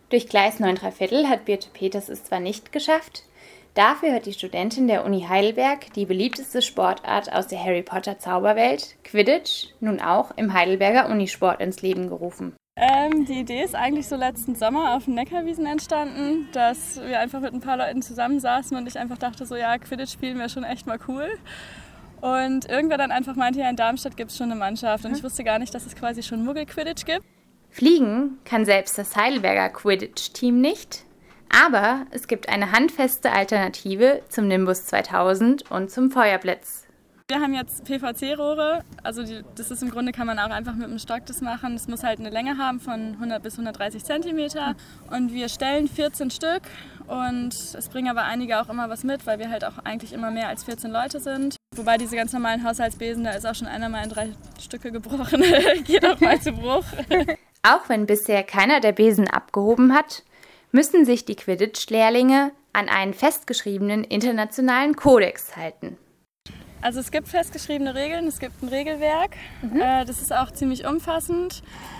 Durch Gleis 9¾ hat Birte Peters es zwar nicht geschafft, dafür hat die Studentin der Uni Heidelberg die beliebteste Sportart aus der Harry-Potter-Zauberwelt, Quidditch, nun auch im Heidelberger Unisport ins Leben gerufen. Die Idee ist eigentlich so letzten Sommer auf den Neckarwiesen entstanden, dass wir einfach mit ein paar Leuten zusammensaßen und ich einfach dachte so, ja, Quidditch spielen wäre schon echt mal cool. Und irgendwer dann einfach meinte, ja, in Darmstadt gibt es schon eine Mannschaft und ich wusste gar nicht, dass es quasi schon Muggel-Quidditch gibt. Fliegen kann selbst das Heidelberger Quidditch-Team nicht, aber es gibt eine handfeste Alternative zum Nimbus 2000 und zum Feuerblitz. Wir haben jetzt PVC-Rohre, also das ist im Grunde, kann man auch einfach mit einem Stock das machen. Es muss halt eine Länge haben von 100 bis 130 Zentimeter und wir stellen 14 Stück und es bringen aber einige auch immer was mit, weil wir halt auch eigentlich immer mehr als 14 Leute sind. Wobei diese ganz normalen Haushaltsbesen, da ist auch schon einer mal in 3 Stücke gebrochen, geht auch mal zu Bruch. Auch wenn bisher keiner der Besen abgehoben hat, müssen sich die Quidditch-Lehrlinge an einen festgeschriebenen internationalen Kodex halten. Also es gibt festgeschriebene Regeln, es gibt ein Regelwerk, das ist auch ziemlich umfassend.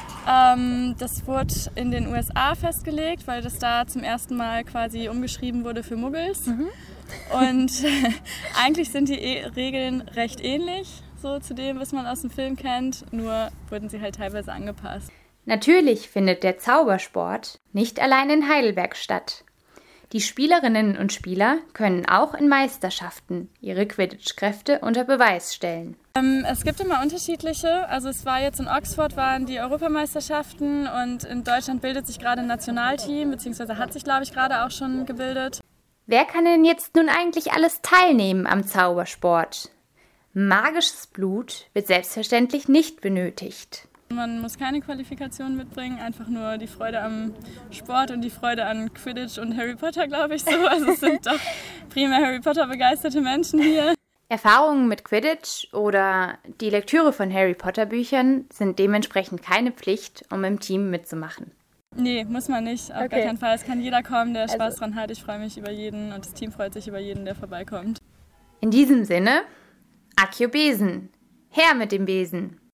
Das wurde in den USA festgelegt, weil das da zum ersten Mal quasi umgeschrieben wurde für Muggels. Und eigentlich sind die Regeln recht ähnlich, so zu dem, was man aus dem Film kennt, nur wurden sie halt teilweise angepasst. Natürlich findet der Zaubersport nicht allein in Heidelberg statt. Die Spielerinnen und Spieler können auch in Meisterschaften ihre Quidditch-Kräfte unter Beweis stellen. Es gibt immer unterschiedliche. Also es war jetzt in Oxford waren die Europameisterschaften und in Deutschland bildet sich gerade ein Nationalteam, beziehungsweise hat sich, glaube ich, gerade auch schon gebildet. Wer kann denn jetzt nun eigentlich alles teilnehmen am Zaubersport? Magisches Blut wird selbstverständlich nicht benötigt. Man muss keine Qualifikation mitbringen, einfach nur die Freude am Sport und die Freude an Quidditch und Harry Potter, glaube ich so. Also es sind doch primär Harry Potter begeisterte Menschen hier. Erfahrungen mit Quidditch oder die Lektüre von Harry Potter Büchern sind dementsprechend keine Pflicht, um im Team mitzumachen. Nee, muss man nicht, auf gar keinen Fall. Es kann jeder kommen, der Spaß dran hat. Ich freue mich über jeden und das Team freut sich über jeden, der vorbeikommt. In diesem Sinne, Accio Besen, her mit dem Besen!